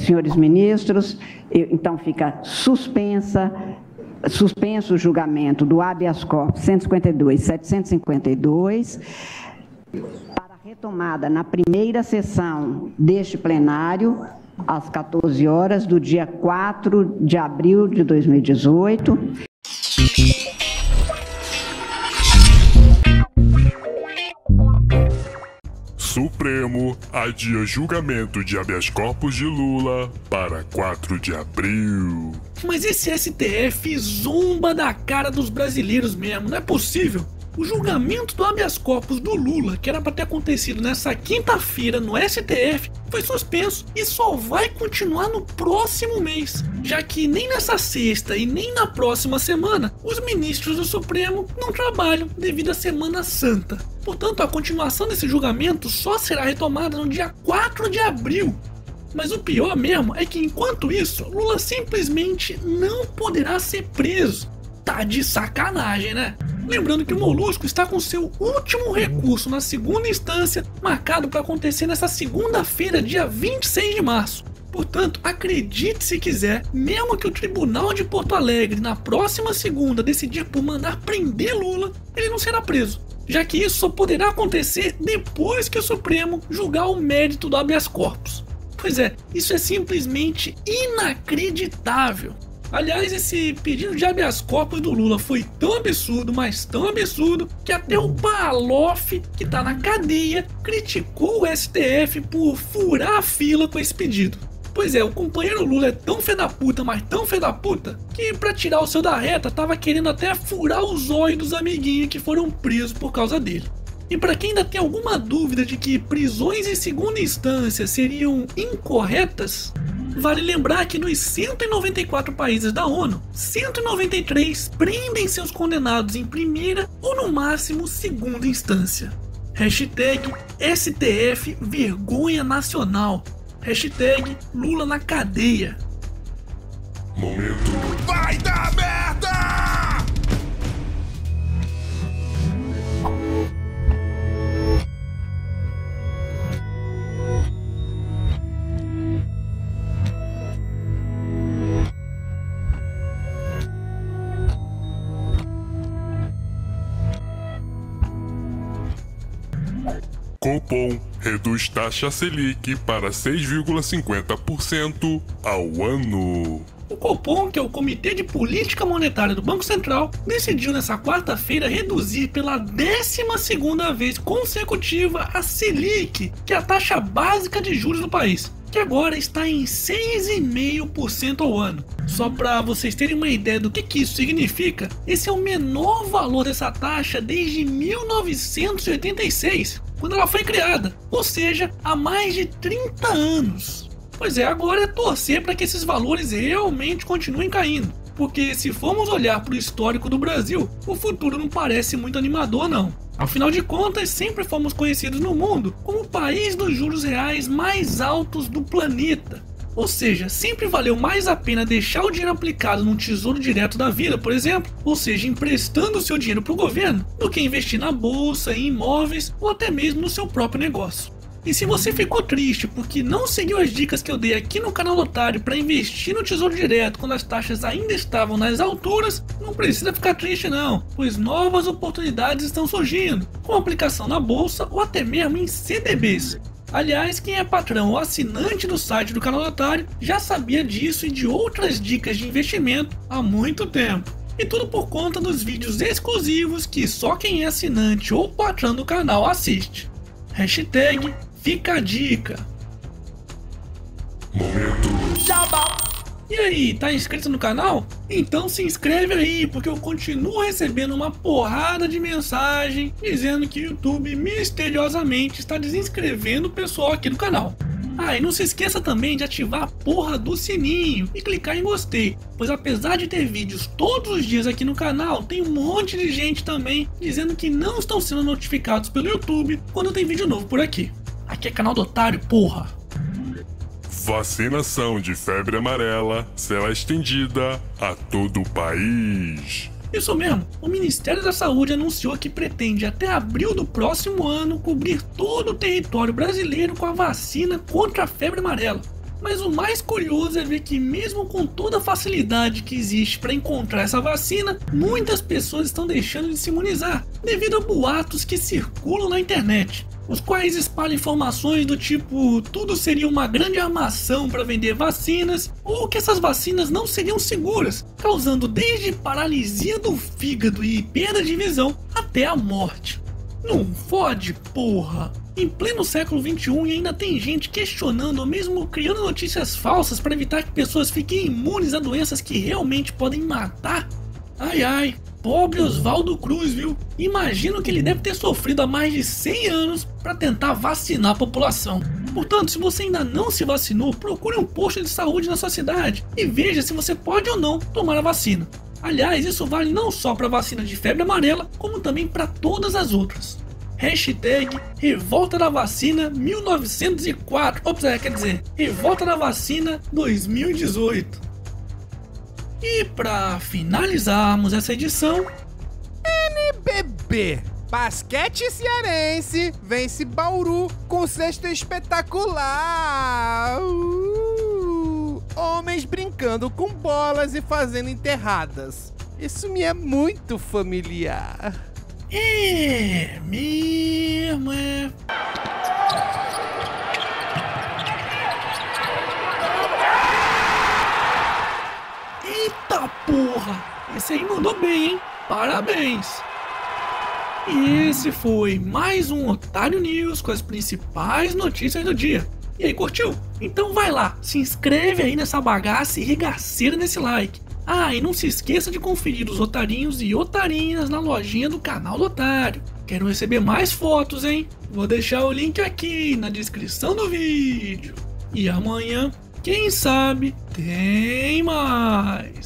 senhores ministros, então fica suspenso o julgamento do habeas corpus 152.752 para retomada na primeira sessão deste plenário, às 14 horas do dia 4 de abril de 2018. Supremo adia julgamento de habeas corpus de Lula para 4 de abril. Mas esse STF zomba da cara dos brasileiros mesmo, não é possível. O julgamento do habeas corpus do Lula, que era para ter acontecido nessa quinta-feira no STF, foi suspenso e só vai continuar no próximo mês, já que nem nessa sexta e nem na próxima semana os ministros do Supremo não trabalham devido à Semana Santa. Portanto, a continuação desse julgamento só será retomada no dia 4 de abril. Mas o pior mesmo é que enquanto isso, Lula simplesmente não poderá ser preso. Tá de sacanagem, né? Lembrando que o Molusco está com seu último recurso na segunda instância, marcado para acontecer nesta segunda-feira, dia 26 de março. Portanto, acredite se quiser, mesmo que o Tribunal de Porto Alegre na próxima segunda decidir por mandar prender Lula, ele não será preso, já que isso só poderá acontecer depois que o Supremo julgar o mérito do habeas corpus. Pois é, isso é simplesmente inacreditável. Aliás, esse pedido de habeas corpus do Lula foi tão absurdo, mas tão absurdo, que até o Palloff, que tá na cadeia, criticou o STF por furar a fila com esse pedido. Pois é, o companheiro Lula é tão fé da puta, mas tão fé da puta, que pra tirar o seu da reta tava querendo até furar os olhos dos amiguinhos que foram presos por causa dele. E pra quem ainda tem alguma dúvida de que prisões em segunda instância seriam incorretas, vale lembrar que nos 194 países da ONU, 193 prendem seus condenados em primeira ou no máximo segunda instância. Hashtag STF vergonha nacional. Hashtag Lula na cadeia. Momento. Vai dar merda! Copom reduz taxa Selic para 6,50% ao ano. O Copom, que é o Comitê de Política Monetária do Banco Central, decidiu nessa quarta-feira reduzir pela 12ª vez consecutiva a Selic, que é a taxa básica de juros do país, que agora está em 6,5% ao ano. Só para vocês terem uma ideia do que isso significa, esse é o menor valor dessa taxa desde 1986, quando ela foi criada, ou seja, há mais de 30 anos. Pois é, agora é torcer para que esses valores realmente continuem caindo, porque se formos olhar para o histórico do Brasil, o futuro não parece muito animador não. Afinal de contas, sempre fomos conhecidos no mundo como o país dos juros reais mais altos do planeta. Ou seja, sempre valeu mais a pena deixar o dinheiro aplicado num tesouro direto da vida, por exemplo, ou seja, emprestando o seu dinheiro para o governo, do que investir na bolsa, em imóveis ou até mesmo no seu próprio negócio. E se você ficou triste porque não seguiu as dicas que eu dei aqui no canal Otário para investir no tesouro direto quando as taxas ainda estavam nas alturas, não precisa ficar triste não, pois novas oportunidades estão surgindo, com aplicação na bolsa ou até mesmo em CDBs. Aliás, quem é patrão ou assinante do site do canal Otário já sabia disso e de outras dicas de investimento há muito tempo. E tudo por conta dos vídeos exclusivos que só quem é assinante ou patrão do canal assiste. Hashtag fica a dica. Momento. Jabá. E aí, tá inscrito no canal? Então se inscreve aí, porque eu continuo recebendo uma porrada de mensagem dizendo que o YouTube misteriosamente está desinscrevendo o pessoal aqui do canal. Ah, e não se esqueça também de ativar a porra do sininho e clicar em gostei, pois apesar de ter vídeos todos os dias aqui no canal, tem um monte de gente também dizendo que não estão sendo notificados pelo YouTube quando tem vídeo novo por aqui. Aqui é canal do Otário, porra! Vacinação de febre amarela será estendida a todo o país. Isso mesmo, o Ministério da Saúde anunciou que pretende até abril do próximo ano cobrir todo o território brasileiro com a vacina contra a febre amarela. Mas o mais curioso é ver que mesmo com toda a facilidade que existe para encontrar essa vacina, muitas pessoas estão deixando de se imunizar devido a boatos que circulam na internet, os quais espalham informações do tipo tudo seria uma grande armação para vender vacinas, ou que essas vacinas não seriam seguras, causando desde paralisia do fígado e perda de visão até a morte. Não fode, porra! Em pleno século XXI e ainda tem gente questionando ou mesmo criando notícias falsas para evitar que pessoas fiquem imunes a doenças que realmente podem matar? Ai ai, pobre Oswaldo Cruz, viu? Imagino que ele deve ter sofrido há mais de 100 anos para tentar vacinar a população. Portanto, se você ainda não se vacinou, procure um posto de saúde na sua cidade e veja se você pode ou não tomar a vacina. Aliás, isso vale não só para a vacina de febre amarela, como também para todas as outras. Hashtag Revolta da Vacina 1904. Revolta da Vacina 2018. E para finalizarmos essa edição, NBB. Basquete cearense vence Bauru com cesto espetacular. Homens brincando com bolas e fazendo enterradas. Isso me é muito familiar. É mesmo, é. Eita porra! Esse aí mandou bem, hein? Parabéns! E esse foi mais um Otário News com as principais notícias do dia. E aí, curtiu? Então vai lá, se inscreve aí nessa bagaça e regaceira nesse like. Ah, e não se esqueça de conferir os otarinhos e otarinhas na lojinha do canal do Otário. Quero receber mais fotos, hein? Vou deixar o link aqui na descrição do vídeo. E amanhã, quem sabe, tem mais.